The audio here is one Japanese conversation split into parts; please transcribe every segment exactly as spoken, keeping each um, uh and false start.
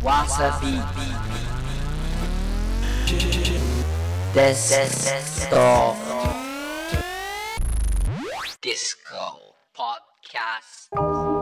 わさびデストディスコポッキャスト。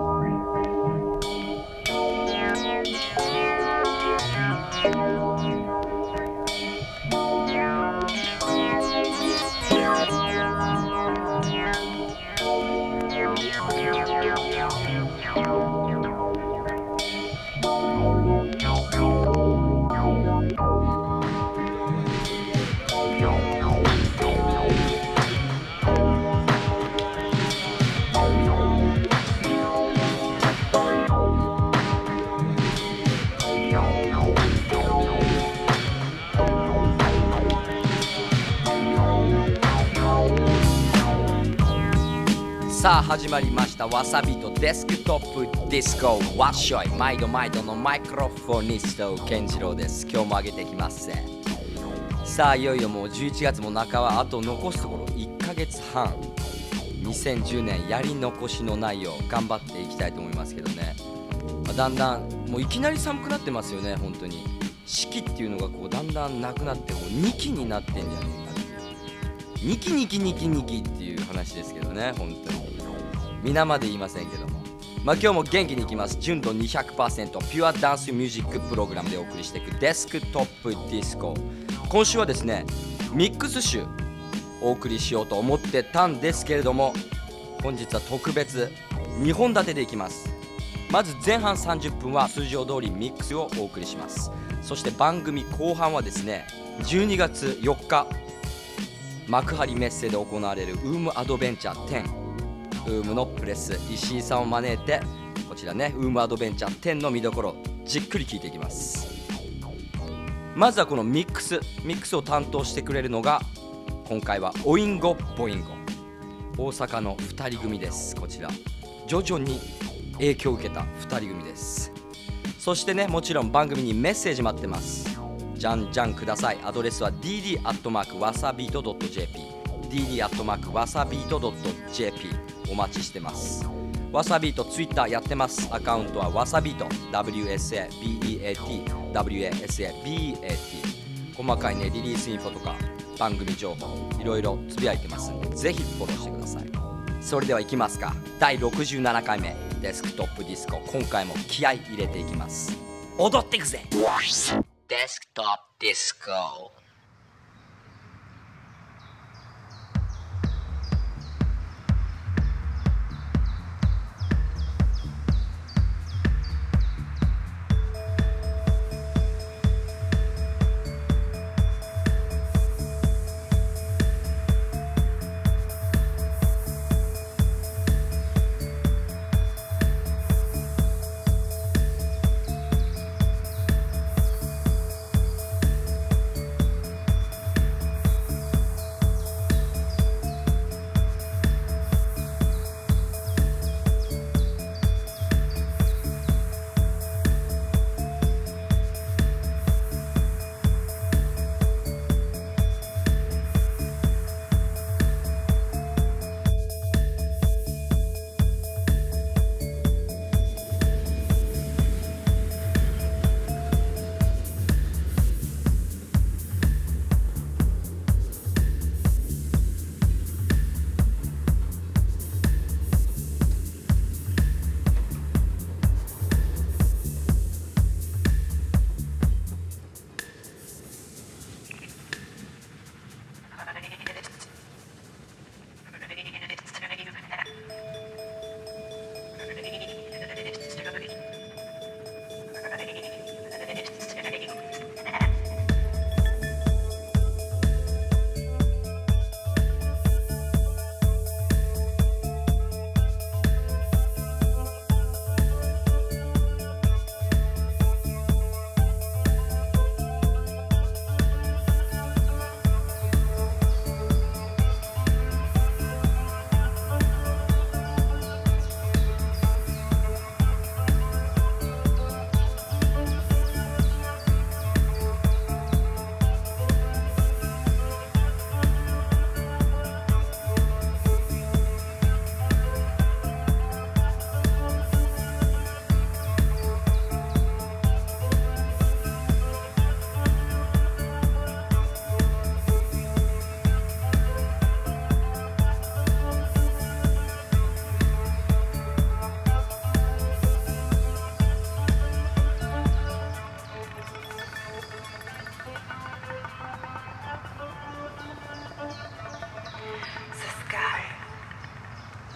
さあ始まりましたわさびとデスクトップディスコわっしょい毎度毎度のマイクロフォニスト健次郎です。今日も上げていきますぜ。さあいよいよもうじゅういちがつも半ば、あと残すところいっかげつはん、にせんじゅうねんやり残しのないよう頑張っていきたいと思いますけどね、まあ、だんだんもういきなり寒くなってますよね。本当に四季っていうのがこうだんだんなくなってこうにきになってんじゃないかっていう、にきにきにきにきっていう話ですけどね。本当に皆まで言いませんけども、まあ今日も元気にいきます。純度 にひゃくパーセント ピュアダンスミュージックプログラムでお送りしていくデスクトップディスコ。今週はですねミックス集お送りしようと思ってたんですけれども、本日は特別にほん立てでいきます。まず前半さんじゅっぷんは通常通りミックスをお送りします。そして番組後半はですねじゅうにがつよっか幕張メッセで行われるウームアドベンチャーじゅう、ウームのプレス石井さんを招いてこちらねウームアドベンチャーじゅうの見どころじっくり聞いていきます。まずはこのミックスミックスを担当してくれるのが今回はオインゴボインゴ、大阪のふたり組です。こちら徐々に影響を受けたふたり組です。そしてねもちろん番組にメッセージ待ってます。じゃんじゃんください。アドレスは ディーディー アットマーク ワサビート ドット ジェーピー ディーディー アットマーク ワサビート ドット ジェーピー お待ちしてます。わさビートツイッターやってます。アカウントはわさビート ダブリューエスエービーイーエーティー ダブリューエスエービーイーエーティー 細かいねリリースインフォとか番組情報いろいろつぶやいてますんでぜひフォローしてください。それではいきますか。だいろくじゅうななかいめデスクトップディスコ、今回も気合い入れていきます。踊っていくぜデスクトップディスコ。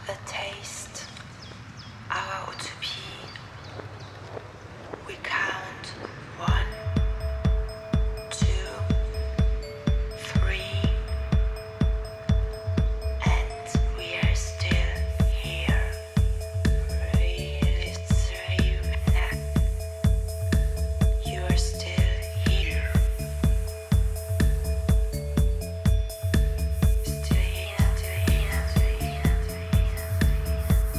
the taste, our utopia. We count one, two, three, and we are still here. It's you you are still here. Still here, still here, still here.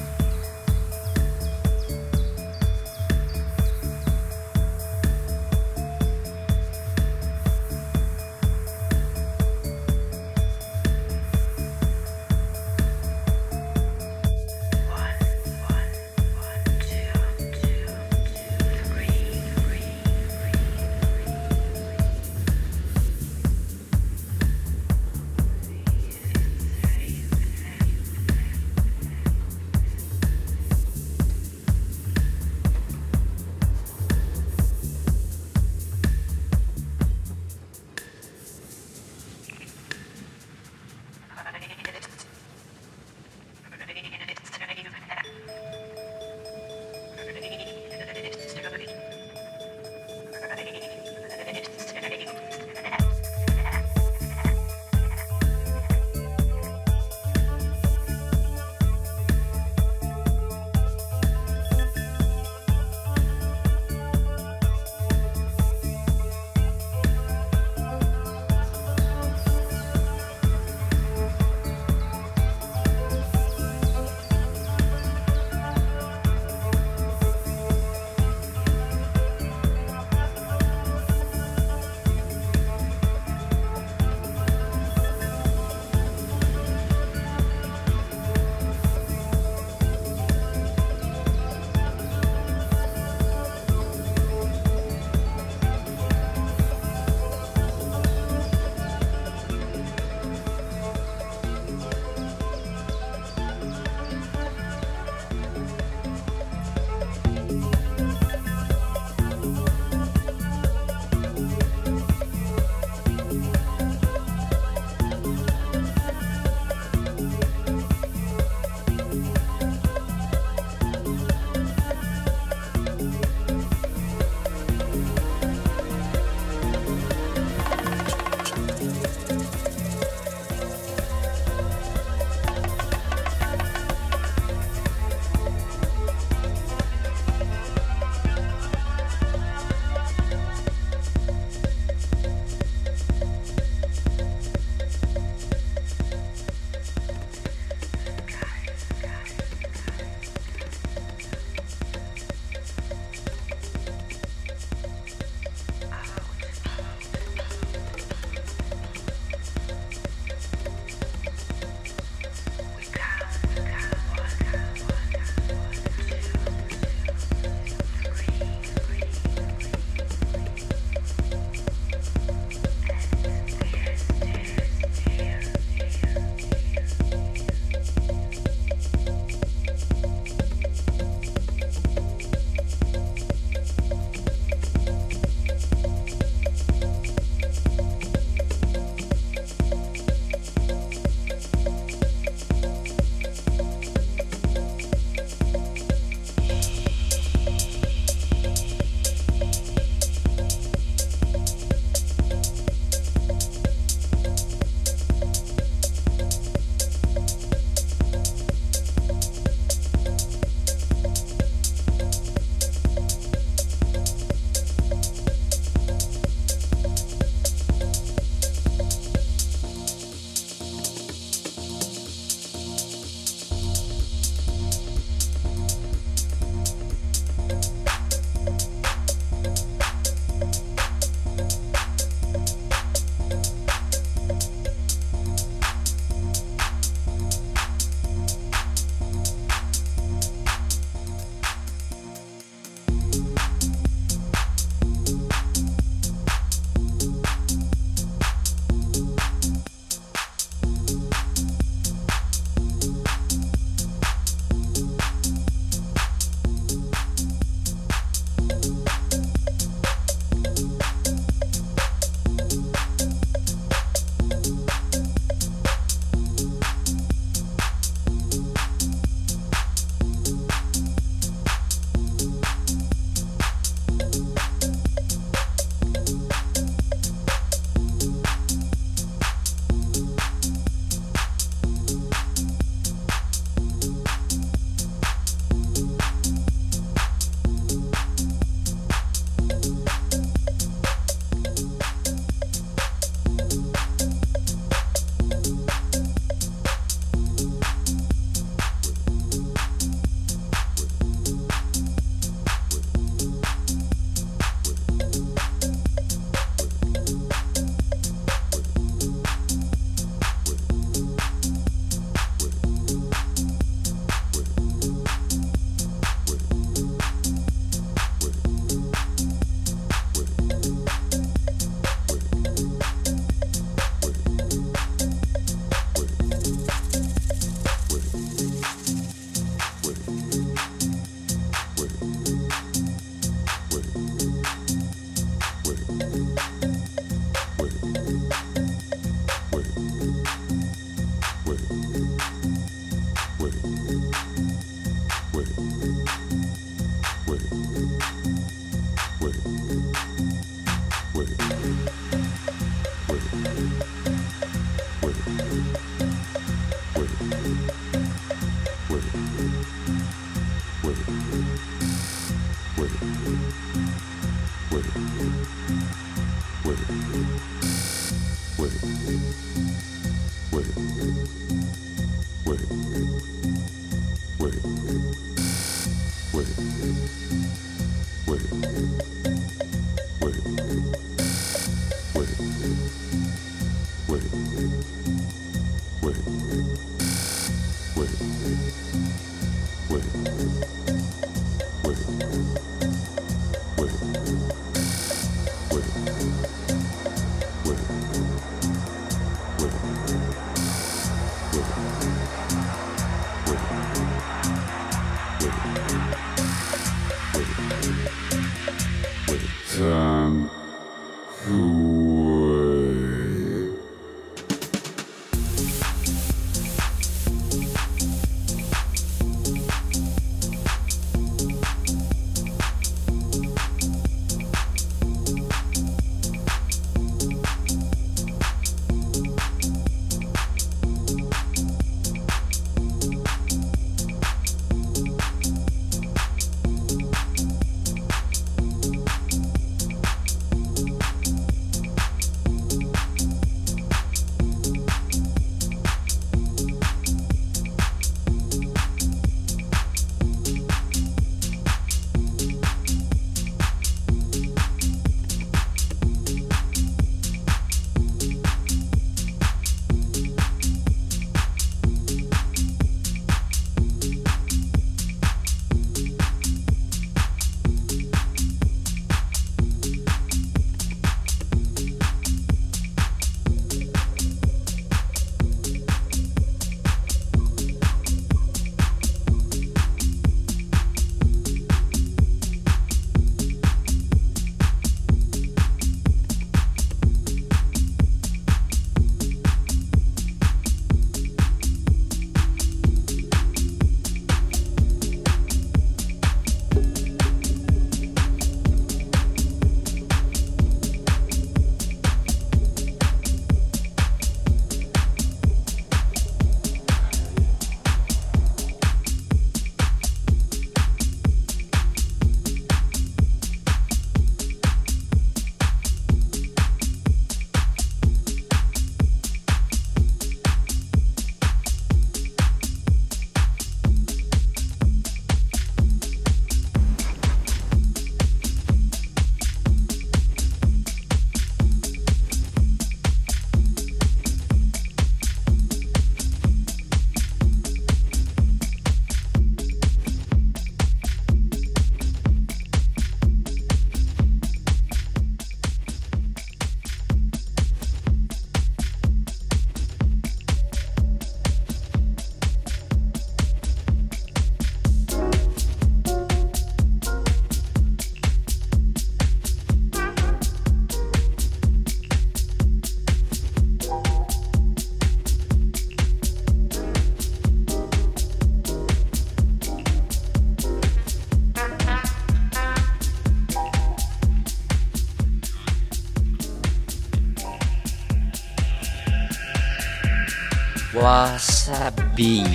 わさび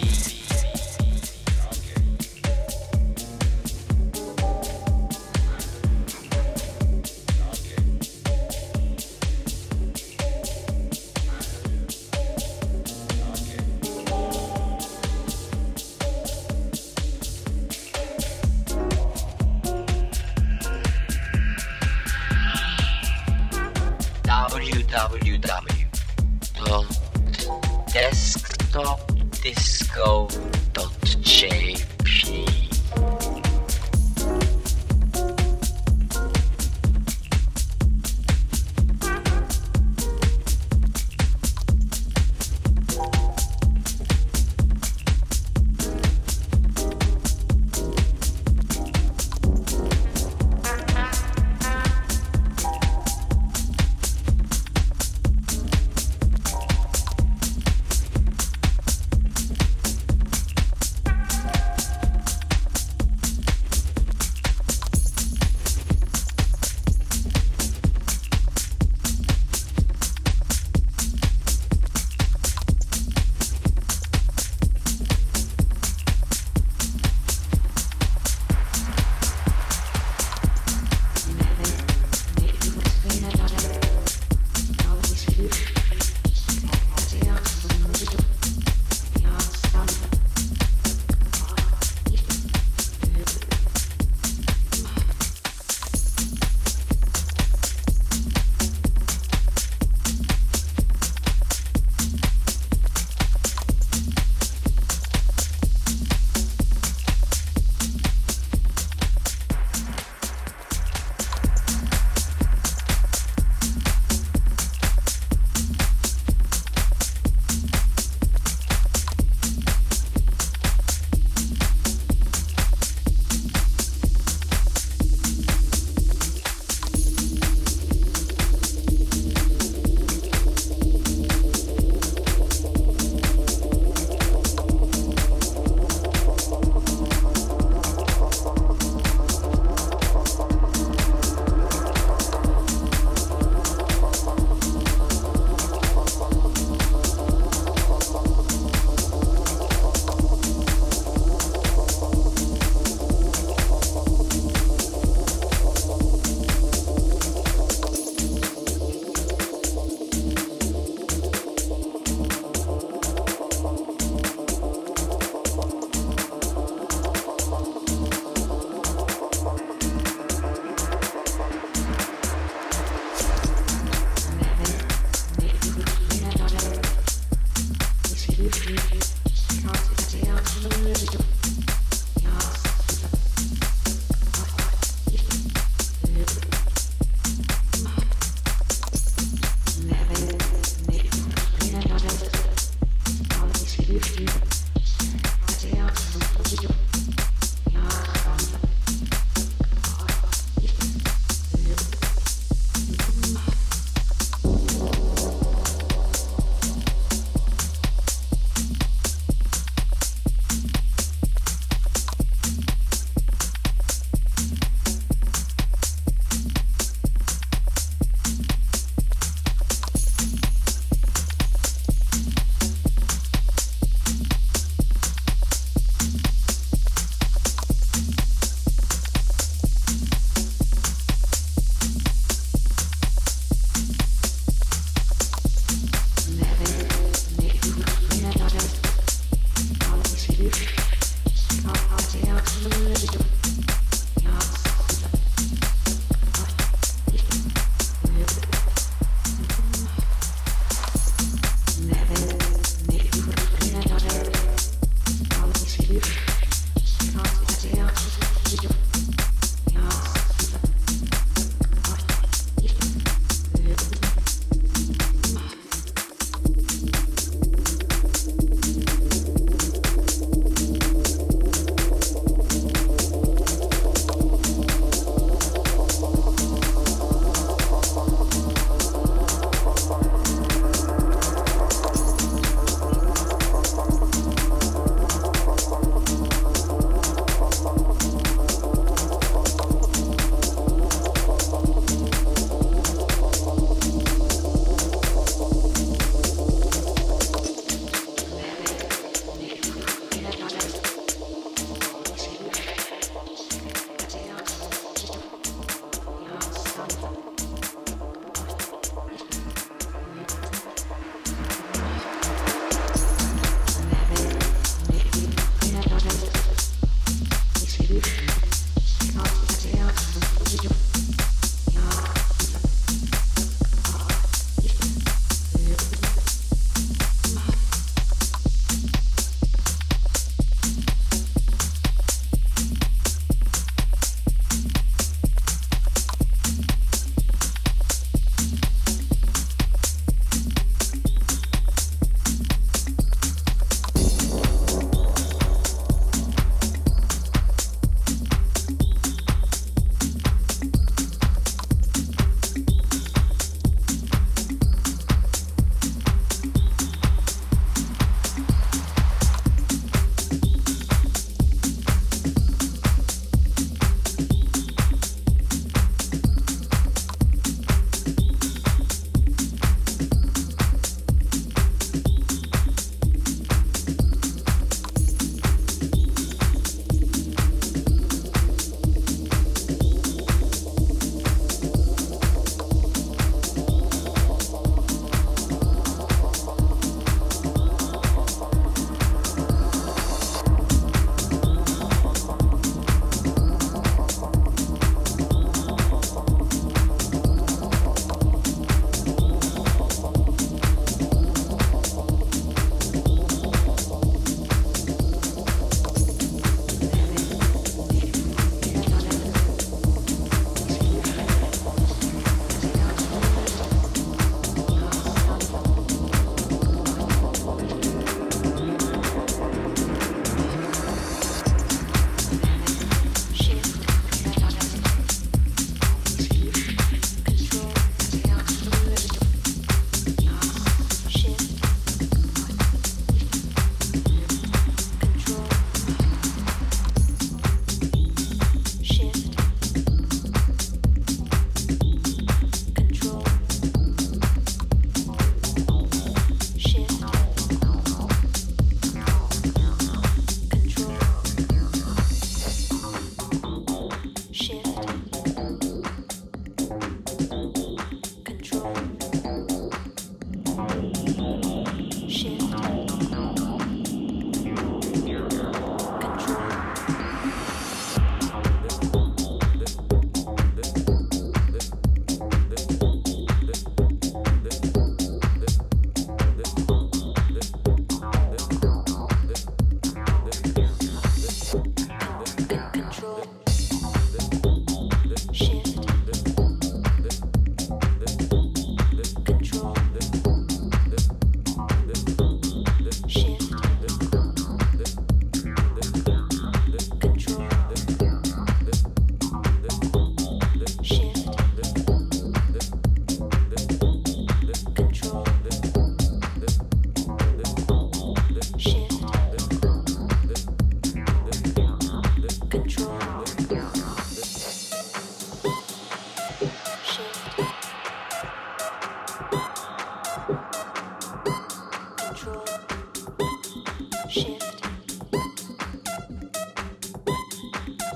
ダブリューダブリューダブリュー とデスクトップディスコ .ジェーピー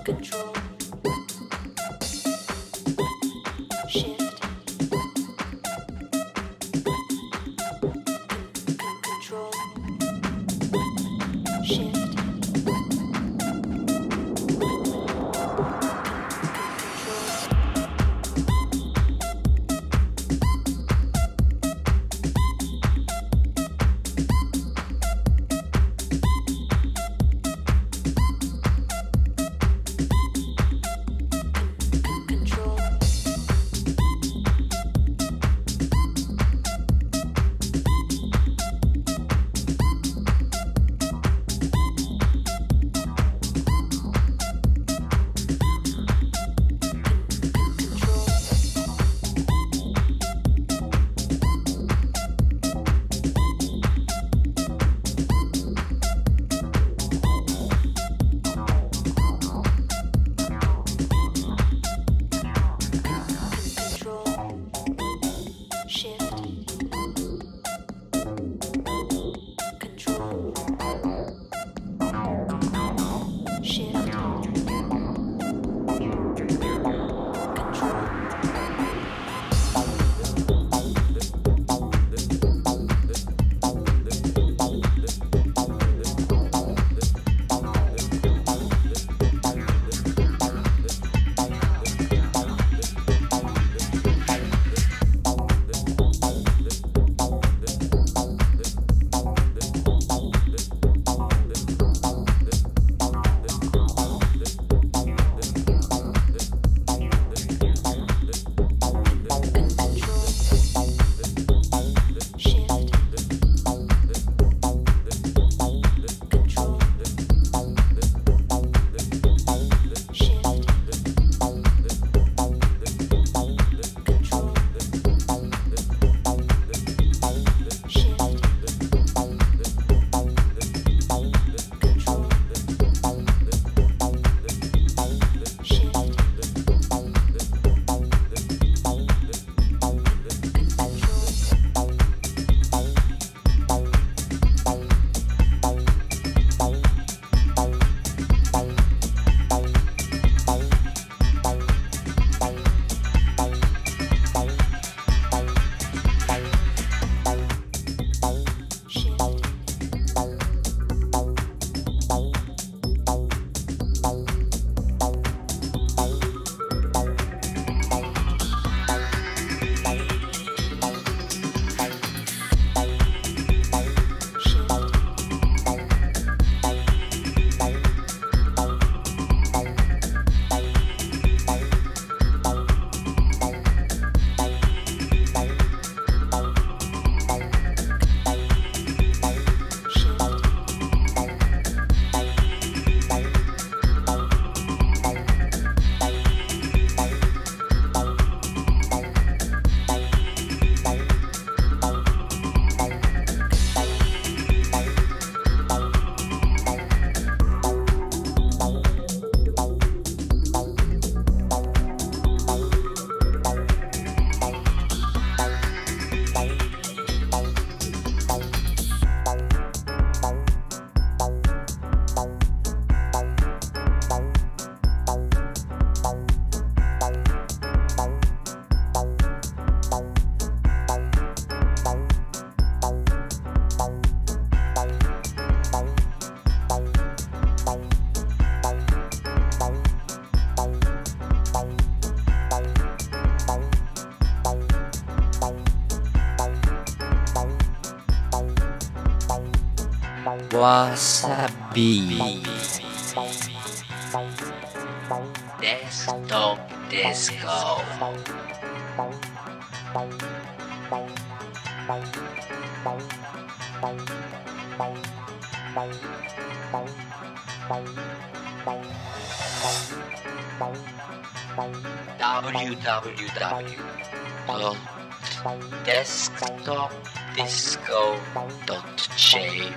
Control. Shift. Control. Shift. わさびデスクトップディスコダブリューダブリューダブリュー デスクトップディスコ .jp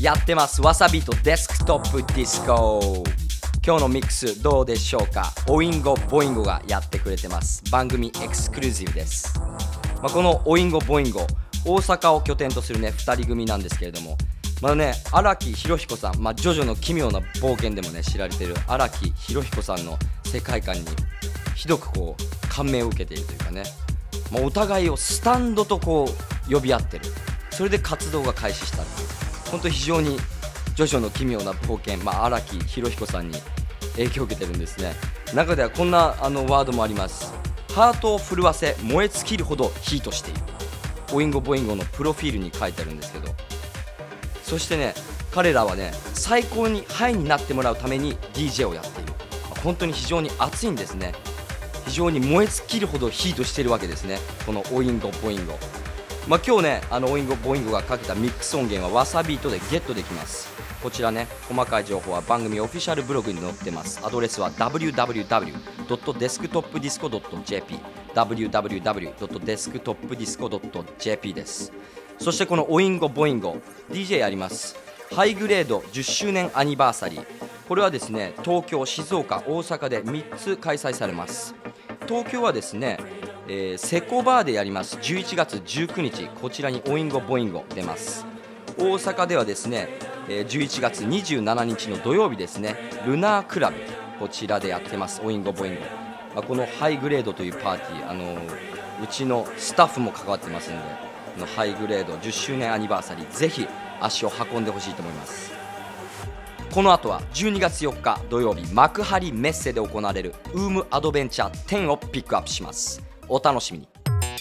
やってます。わさびとデスクトップディスコ。今日のミックスどうでしょうか。オインゴボインゴがやってくれてます。番組エクスクルーシブです。まあ、このオインゴボインゴ、大阪を拠点とするねふたり組なんですけれども、まあね、荒木博彦さん、まあ、ジョジョの奇妙な冒険でもね知られている荒木博彦さんの世界観にひどくこう感銘を受けているというかね、まあ、お互いをスタンドとこう呼び合ってる。それで活動が開始した。本当に非常にジョジョの奇妙な冒険、まあ、荒木博彦さんに影響を受けてるんですね。中ではこんなあのワードもあります。ハートを震わせ燃え尽きるほどヒートしている。オインゴボインゴのプロフィールに書いてあるんですけど、そしてね彼らはね最高にハイになってもらうために ディージェー をやっている。本当に非常に熱いんですね。非常に燃え尽きるほどヒートしているわけですね、このオインゴボインゴ。まあ、今日ねあのオインゴボインゴがかけたミックス音源はわさビートでゲットできます。こちらね細かい情報は番組オフィシャルブログに載ってます。アドレスは ダブリューダブリューダブリュードットデスクトップディスコドットジェーピー ダブリューダブリューダブリュードットデスクトップディスコドットジェーピー です。そしてこのオインゴボインゴ ディージェー やります。ハイグレードじゅっしゅうねんアニバーサリー、これはですね東京、静岡、大阪でみっつ開催されます。東京はですねえー、セコバーでやります。じゅういちがつじゅうくにち、こちらにオインゴボインゴ出ます。大阪ではですね、えー、じゅういちがつにじゅうしちにちの土曜日ですね、ルナークラブ、こちらでやってます。オインゴボインゴ、まあ、このハイグレードというパーティー、あのー、うちのスタッフも関わってますので、このハイグレードじゅっしゅうねんアニバーサリー、ぜひ足を運んでほしいと思います。この後はじゅうにがつよっか土曜日、幕張メッセで行われるウームアドベンチャーじゅうをピックアップします。お楽しみに。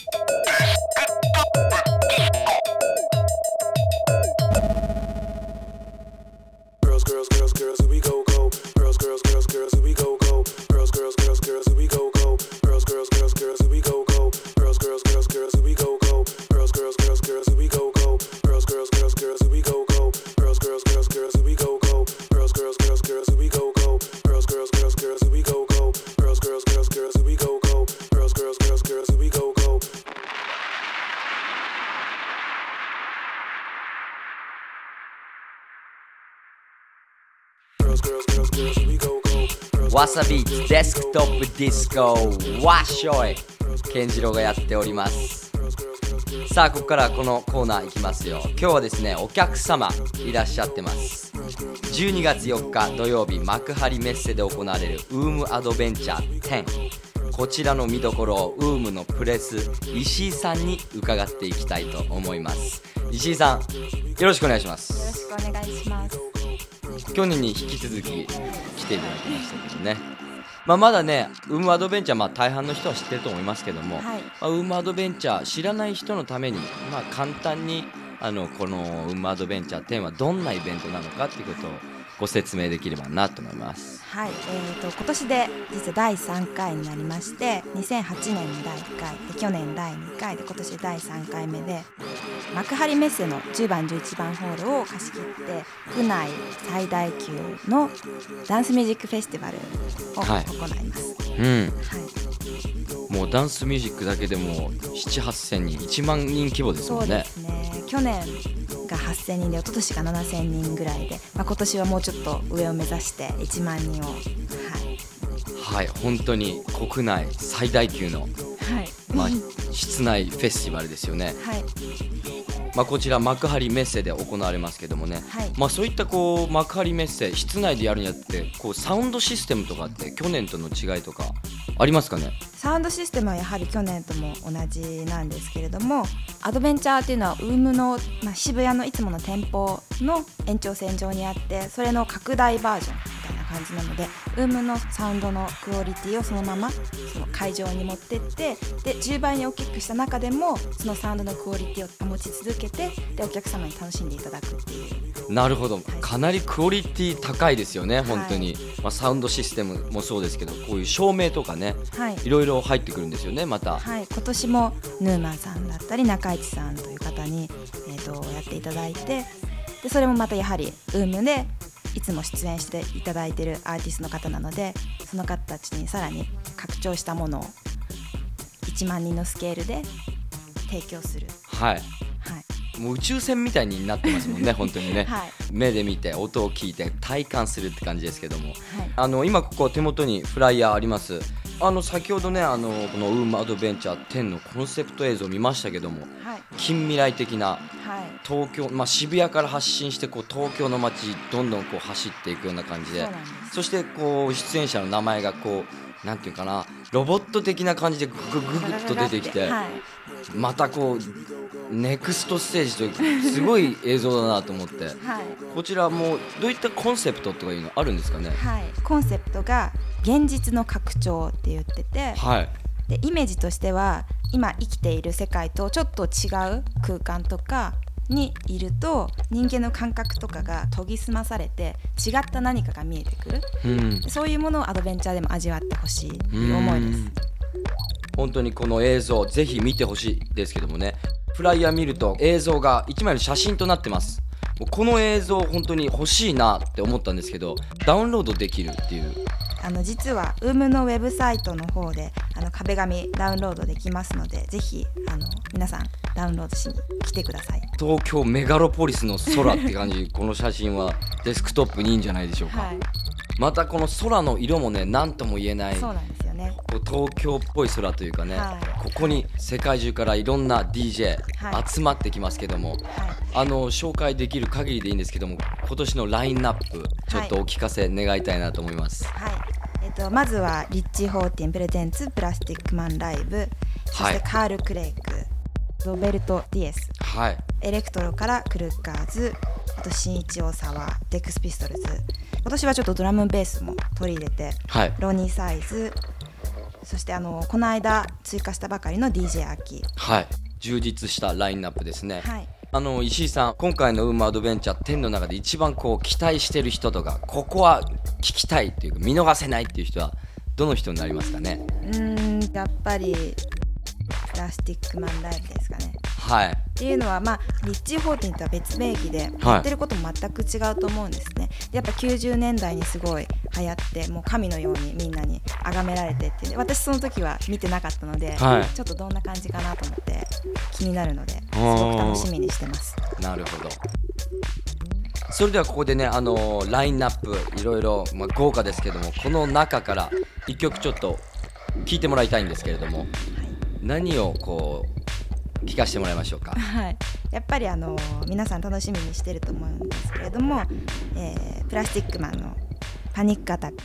わさびデスクトップディスコわっしょい、健次郎がやっております。さあここからこのコーナーいきますよ。今日はですねお客様いらっしゃってます。じゅうにがつよっか土曜日、幕張メッセで行われるウームアドベンチャーじゅう、こちらの見どころをウームのプレス石井さんに伺っていきたいと思います。石井さん、よろしくお願いします。 よろしくお願いします。 去年に引き続き来ていただきましたけどね、まあ、まだねウームアドベンチャー、まあ、大半の人は知ってると思いますけども、 はい、 まあ、ウームアドベンチャー知らない人のために、まあ、簡単にあのこのウームアドベンチャーじゅうはどんなイベントなのかっていうことをご説明できればなと思います。 はい、えーと、今年で実はだいさんかいになりまして、にせんはちねんにだいいっかいで、去年だいにかいで、今年だいさんかいめで、幕張メッセのじゅうばんじゅういちばんホールを貸し切って府内最大級のダンスミュージックフェスティバルを行います。 はい、うん、はい、もうダンスミュージックだけでもなな、はっせんにん、いちまんにん規模ですもんね。 そうですね、去年がはっせんにんで、一昨年がななせんにんぐらいで、まあ、今年はもうちょっと上を目指していちまんにんを、はい、 はい、本当に国内最大級の、はい、まあ、室内フェスティバルですよね。 はい、 まあ、こちら幕張メッセで行われますけどもね、 はい、 まあ、そういったこう幕張メッセ室内でやるにあってこうサウンドシステムとかって去年との違いとかありますかね。 サウンドシステムはやはり去年とも同じなんですけれども、アドベンチャーっていうのはウームの、まあ、渋谷のいつもの店舗の延長線上にあって、それの拡大バージョンみたいな感じなので、ウームのサウンドのクオリティをそのままその会場に持ってって、でじゅうばいに大きくした中でもそのサウンドのクオリティを保ち続けて、でお客様に楽しんでいただくっていう。 なるほど、はい、かなりクオリティ高いですよね本当に、はい、まあ、サウンドシステムもそうですけど、こういう照明とかね、はい、いろいろ入ってくるんですよねまた。 はい、今年もヌーマンさんだったり中市さんという方に、えー、とやっていただいて、でそれもまたやはりウームでいつも出演していただいているアーティストの方なので、その方たちにさらに拡張したものをいちまんにんのスケールで提供する。 はい、はい、 もう宇宙船みたいになってますもんね本当にね、 はい、 目で見て音を聞いて体感するって感じですけども、 はい、 あの今ここ手元にフライヤーあります。あの先ほどねあのこのウームアドベンチャーテンのコンセプト映像を見ましたけども、 はい、 近未来的なはい、 東京、まあ、渋谷から発信してこう東京の街どんどんこう走っていくような感じで、 そうなんです。 そしてこう出演者の名前がこうなんていうかなロボット的な感じでググググッと出てきて、 はい、 またこうネクストステージというすごい映像だなと思って、 はい、 こちらもうどういったコンセプトとかいうのあるんですかね。 はい、コンセプトが現実の拡張って言ってて、 はい、 でイメージとしては今生きている世界とちょっと違う空間とかにいると人間の感覚とかが研ぎ澄まされて違った何かが見えてくる、 うん、 そういうものをアドベンチャーでも味わってほしいという思いです。 本当にこの映像ぜひ見てほしいですけどもね、フライヤー見ると映像がいちまいの写真となってます。もうこの映像本当に欲しいなって思ったんですけど、ダウンロードできるっていう。 あの実は ウーム のウェブサイトの方であの壁紙ダウンロードできますので、ぜひあの皆さんダウンロードしに来てください。 東京メガロポリスの空って感じこの写真はデスクトップにいいんじゃないでしょうか、 はい、 またこの空の色もね何とも言えない、 そうなんですよね。 こう東京っぽい空というかね、 はい、 ここに世界中からいろんな ディージェはいー集まってきますけども、 はい、 あの紹介できる限りでいいんですけども、今年のラインナップちょっとお聞かせ願いたいなと思います。 はい、えっと、まずはリッチ・ホーティンプレゼンツプラスティックマンライブ、そしてカール・クレイク、ロベルト・ディエス、 はい、 エレクトロからクルッカーズ、あと新一大沢、デックスピストルズ、今年はちょっとドラムベースも取り入れて、 はい、 ロニー・サイズ、そしてあのこの間追加したばかりの ディージェー アキ、 はい、充実したラインナップですね。 はい、 あの石井さん、今回のウームアドベンチャーテンの中で一番こう期待してる人とか、ここは聞きたいっていうか見逃せないっていう人はどの人になりますかね。 うーんやっぱりプラスティックマンライブですかね。 はい、 っていうのは、まあ、リッチー・ホーティンとは別名義でやってることも全く違うと思うんですね。でやっぱきゅうじゅうねんだいにすごい流行ってもう神のようにみんなに崇められてっていう、私その時は見てなかったので、 はい、 ちょっとどんな感じかなと思って気になるのですごく楽しみにしてます。 なるほど。それではここでね、あのー、ラインナップいろいろ、まあ、豪華ですけども、この中からいっきょくちょっと聴いてもらいたいんですけれども、はい、何をこう聞かせてもらいましょうか。 はい、やっぱりあの皆さん楽しみにしてると思うんですけれども、えー、プラスティックマンのパニックアタック。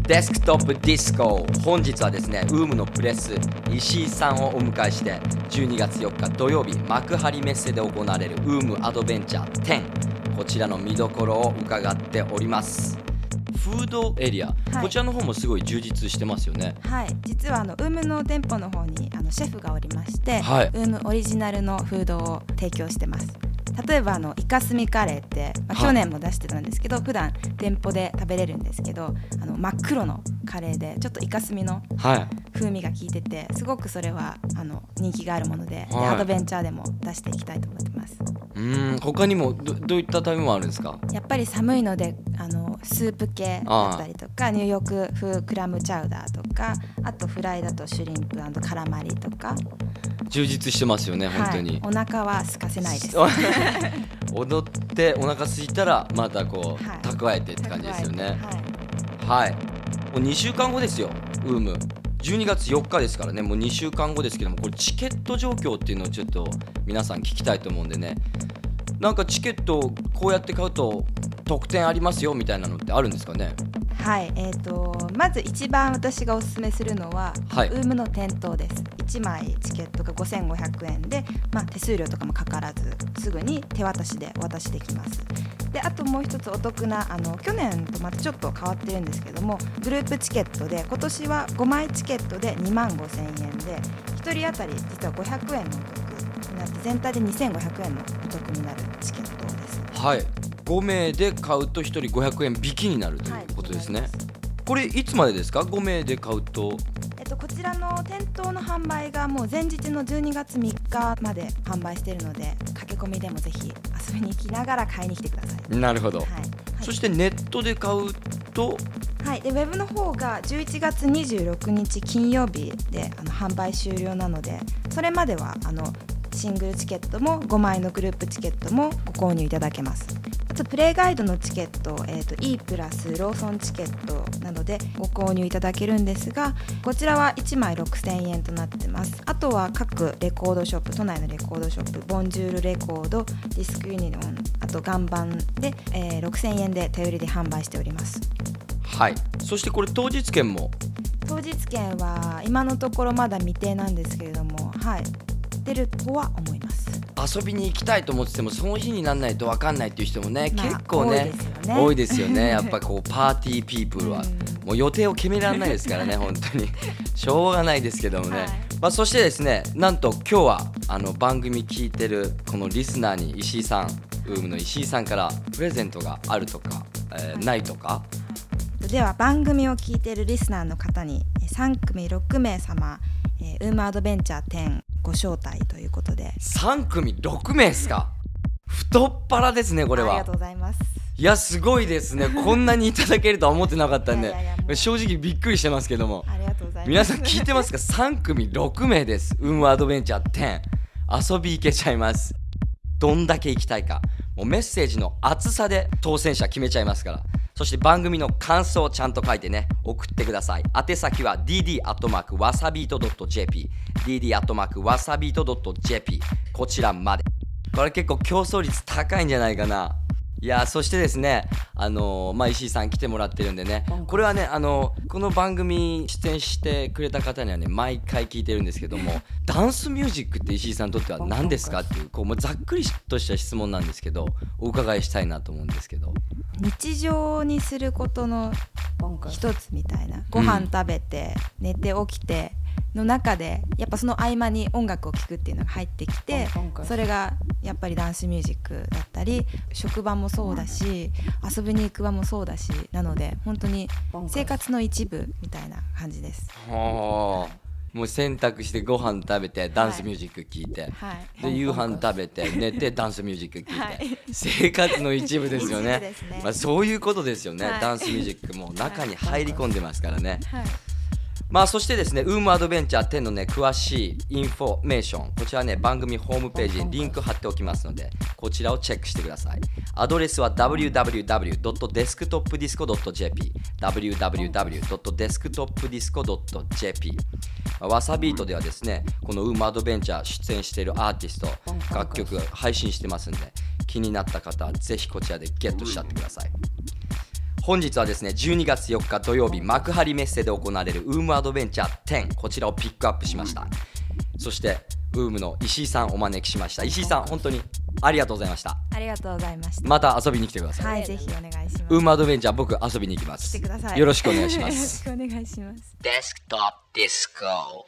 デスクトップディスコ。本日はですね、ウームのプレス石井さんをお迎えして、じゅうにがつよっか土曜日幕張メッセで行われるウームアドベンチャーじゅう、こちらの見どころを伺っております。フードエリア、はい、こちらの方もすごい充実してますよね。 はい、実はあのウームの店舗の方にあのシェフがおりまして、 はい、 ウームオリジナルのフードを提供してます。例えばあのイカスミカレーって、まあ、去年も出してたんですけど、普段店舗で食べれるんですけど、あの真っ黒のカレーでちょっとイカスミの風味が効いてて、すごくそれはあの人気があるもの で,、はい、でアドベンチャーでも出していきたいと思ってます。 うーん、他にも ど, どういった食べ物あるんですか？ やっぱり寒いのであのスープ系だったりとか、ニューヨーク風クラムチャウダーとか、あとフライだとシュリンプ&カラマリとか充実してますよね、本当に、 はい、お腹は空かせないです踊ってお腹空いたらまたこう、はい、蓄えてって感じですよね。はい、はい、もうにしゅうかんごですよ、ウームじゅうにがつよっかですからね、もうにしゅうかんごですけども、これチケット状況っていうのをちょっと皆さん聞きたいと思うんでね。なんかチケットをこうやって買うと特典ありますよみたいなのってあるんですかね？ はい、えーと、まず一番私がおすすめするのは、はい、ウームの店頭です。いちまいチケットがごせんごひゃくえんで、まあ、手数料とかもかからずすぐに手渡しでお渡しできます。であともう一つお得な、あの去年とまたちょっと変わってるんですけども、グループチケットで今年はごまいチケットでにまんごせんえんで、ひとり当たり実はごひゃくえんのお得になって、全体でにせんごひゃくえんのお得になるチケットです。 はい、ごめいで買うとひとりごひゃくえん引きになるということですね。はい、これいつまでですか？ごめいで買うと。 えっと、こちらの店頭の販売がもう前日のじゅうにがつみっかまで販売しているので、駆け込みでもぜひ遊びに行きながら買いに来てください。 なるほど。はい、そしてネットで買うと、 はい、でウェブの方がじゅういちがつにじゅうろくにち金曜日であの販売終了なので、それまではあのシングルチケットもごまいのグループチケットもご購入いただけます。あとプレイガイドのチケット、えーと、E プラスローソンチケットなどでご購入いただけるんですが、こちらはいちまいろくせんえんとなってます。あとは各レコードショップ、都内のレコードショップ、ボンジュールレコード、ディスクユニオン、あと岩盤で、えー、ろくせんえんで手売りで販売しております。 はい、そしてこれ当日券も。 当日券は今のところまだ未定なんですけれども、はい、出るとは思います。 遊びに行きたいと思っててもその日にならないと分かんないっていう人もね、まあ、結構ね多いですよね。やっぱこうパーティーピープルはもう予定を決められないですからね本当にしょうがないですけどもね、はい、まあ、そしてですね、なんと今日はあの番組聞いてるこのリスナーに石井さん、ウームの石井さんからプレゼントがあるとか、えー、ないとか。 では番組を聞いているリスナーの方にさんくみろくめい様、えー、ウームアドベンチャーじゅうご招待ということで。 さんくみろくめいですか？太っ腹ですねこれは。 ありがとうございます。 いやすごいですねこんなにいただけるとは思ってなかったんで、いやいやいや正直びっくりしてますけども。 ありがとうございます。 皆さん聞いてますか？さんくみろくめいです。ウームアドベンチャーじゅう遊び行けちゃいます。どんだけ行きたいか、もうメッセージの厚さで当選者決めちゃいますから。そして番組の感想をちゃんと書いてね送ってください。宛先は ディーディー アットマーク ワサビート ドット ジェーピー ディーディー アットマーク ワサビート ドット ジェーピー こちらまで。これ結構競争率高いんじゃないかな。いやそしてですね、あのーまあ、石井さん来てもらってるんでね、これはね、あのー、この番組出演してくれた方にはね毎回聞いてるんですけども、ダンスミュージックって石井さんにとっては何ですかっていう、こうもうざっくりとした質問なんですけど、お伺いしたいなと思うんですけど。 日常にすることの一つみたいな、ご飯食べて、うん、寝て起きての中でやっぱその合間に音楽を聴くっていうのが入ってきて、それがやっぱりダンスミュージックだったり、職場もそうだし遊びに行く場もそうだし、なので本当に生活の一部みたいな感じです。 はあ、もう洗濯してご飯食べてダンスミュージック聴いて、はい、で夕飯食べて寝てダンスミュージック聴いて、はい、生活の一部ですよね。ね、まあ、そういうことですよね、はい、ダンスミュージックも中に入り込んでますからね、はい。まあそしてですね、ウームアドベンチャーじゅうのね詳しいインフォメーション、こちらね番組ホームページにリンク貼っておきますので、こちらをチェックしてください。アドレスは ダブリューダブリューダブリュードットデスクトップディスコドットジェーピー ダブリューダブリューダブリュードットデスクトップディスコドットジェーピー。 わさビートではですね、このウームアドベンチャー出演しているアーティスト楽曲配信してますんで、気になった方はぜひこちらでゲットしちゃってください。 本日はですねじゅうにがつよっか土曜日幕張メッセで行われるウームアドベンチャーテン、こちらをピックアップしました。そしてウームの石井さんお招きしました。石井さん本当にありがとうございました。 ありがとうございました。 また遊びに来てください。 はい、ぜひお願いします。 ウームアドベンチャー僕遊びに行きます。 来てください。 よろしくお願いしますよろしくお願いします。 デスクトップディスコ。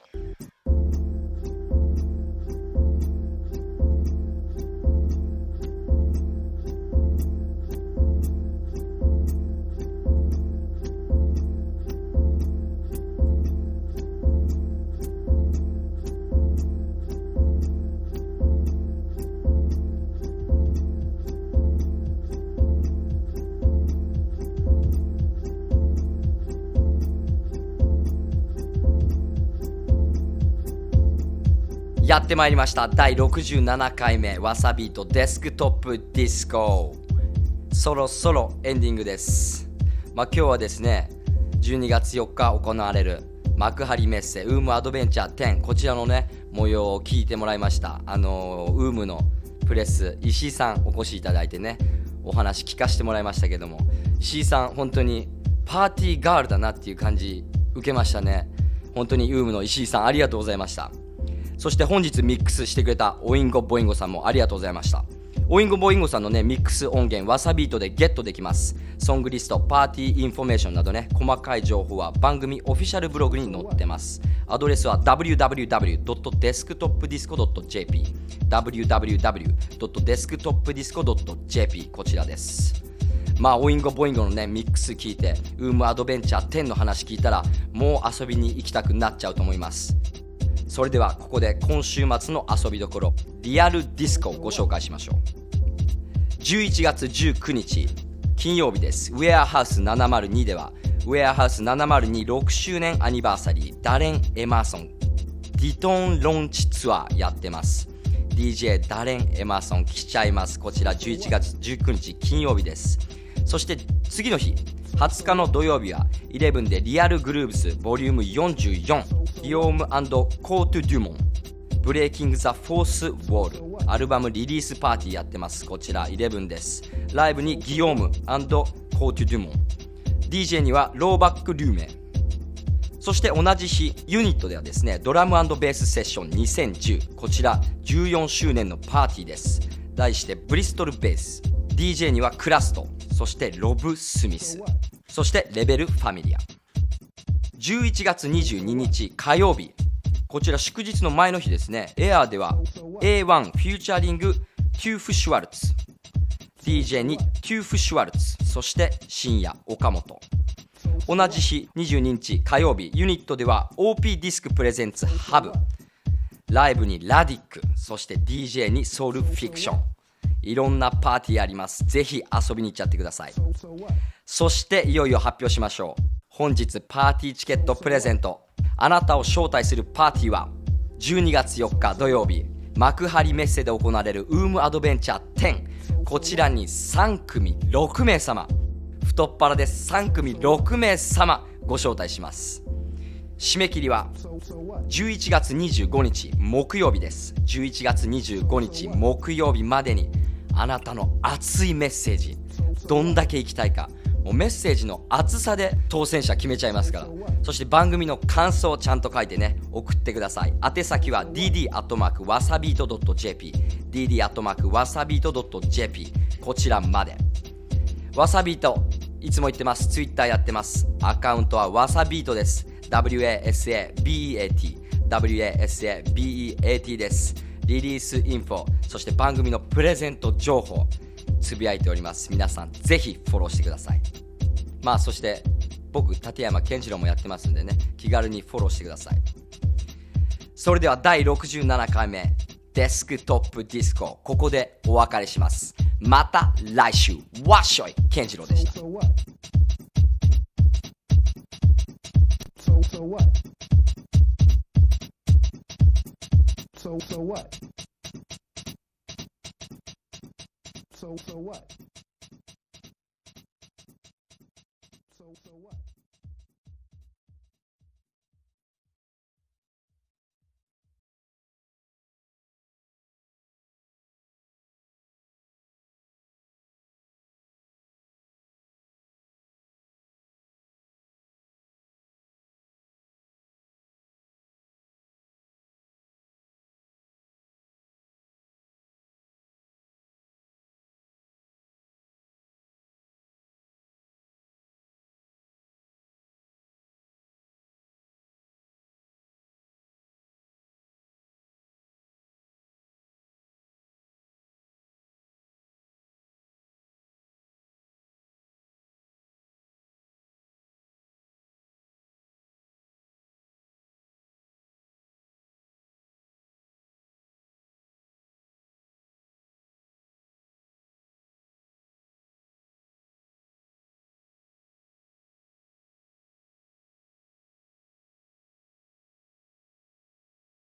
やってまいりましただいろくじゅうななかいめわさびとデスクトップディスコ。そろそろエンディングです。まあ今日はですねじゅうにがつよっか行われる幕張メッセウームアドベンチャーテン、こちらのね模様を聞いてもらいました。あのウームのプレス石井さんお越しいただいてねお話聞かせてもらいましたけども、石井さん本当にパーティーガールだなっていう感じ受けましたね。本当にウームの石井さんありがとうございました。そして本日ミックスしてくれたオインゴボインゴさんもありがとうございました。オインゴボインゴさんのねミックス音源わさビートでゲットできます。ソングリスト、パーティーインフォメーションなどね細かい情報は番組オフィシャルブログに載ってます。アドレスは ダブリューダブリューダブリュードットデスクトップディスコドットジェーピー ダブリューダブリューダブリュードットデスクトップディスコドットジェーピー こちらです。まあオインゴボインゴのねミックス聞いてウームアドベンチャーテンの話聞いたらもう遊びに行きたくなっちゃうと思います。それではここで今週末の遊びどころリアルディスコをご紹介しましょう。じゅういちがつじゅうくにち金曜日です。ウェアハウスななまるにではウェアハウスななまるにろくしゅうねんアニバーサリーダレン・エマーソンディトーンロンチツアーやってます。 ディージェー ダレン・エマーソン来ちゃいます。こちらじゅういちがつじゅうくにち金曜日です。そして次の日はつかの土曜日はじゅういちでリアルグルーブスボリュームよんじゅうよんギオーム&コート・デュモンブレイキング・ザ・フォース・ウォールアルバムリリースパーティーやってます。こちらじゅういちです。ライブにギオーム&コート・デュモン ディージェー にはローバック・リューメ。そして同じ日ユニットではですねドラム&ベースセッションにせんじゅう、こちらじゅうよんしゅうねんのパーティーです。題してブリストル・ベース。 ディージェー にはクラスト、そしてロブ・スミス、そしてレベル・ファミリア。じゅういちがつにじゅうににち火曜日、こちら祝日の前の日ですね。エアーでは エーワン フューチャリングテューフ・シュワルツ、 ディージェー にテューフ・シュワルツ、そして深夜岡本。同じ日にじゅうににち火曜日ユニットでは オーピー ディスクプレゼンツハブ、ライブにラディック、そして ディージェー にソウルフィクション。いろんなパーティーあります。ぜひ遊びに行っちゃってください。そしていよいよ発表しましょう。本日パーティーチケットプレゼント。あなたを招待するパーティーはじゅうにがつよっか土曜日幕張メッセで行われるウームアドベンチャーテン、こちらにさんくみろくめいさま、太っ腹でさんくみろくめいさまご招待します。締め切りはじゅういちがつにじゅうごにち木曜日です。じゅういちがつにじゅうごにち木曜日までにあなたの熱いメッセージ、どんだけ行きたいか、もうメッセージの厚さで当選者決めちゃいますから。そして番組の感想をちゃんと書いてね送ってください。宛先は ディーディー アットマーク ワサビート ドット ジェーピー ディーディー アットマーク ワサビート ドット ジェーピー こちらまで。わさビートいつも言ってます。ツイッターやってます。アカウントはわさビートです。 ダブリューエーエスエービーイーエーティー ダブリューエーエスエービーイーエーティー です。リリースインフォ、そして番組のプレゼント情報つぶやいております。皆さんぜひフォローしてください。まあそして僕立山健次郎もやってますんでね、気軽にフォローしてください。それではだいろくじゅうななかいめデスクトップディスコ、ここでお別れします。また来週。わっしょい健次郎でした。 So what? So so what? So so what? So so what?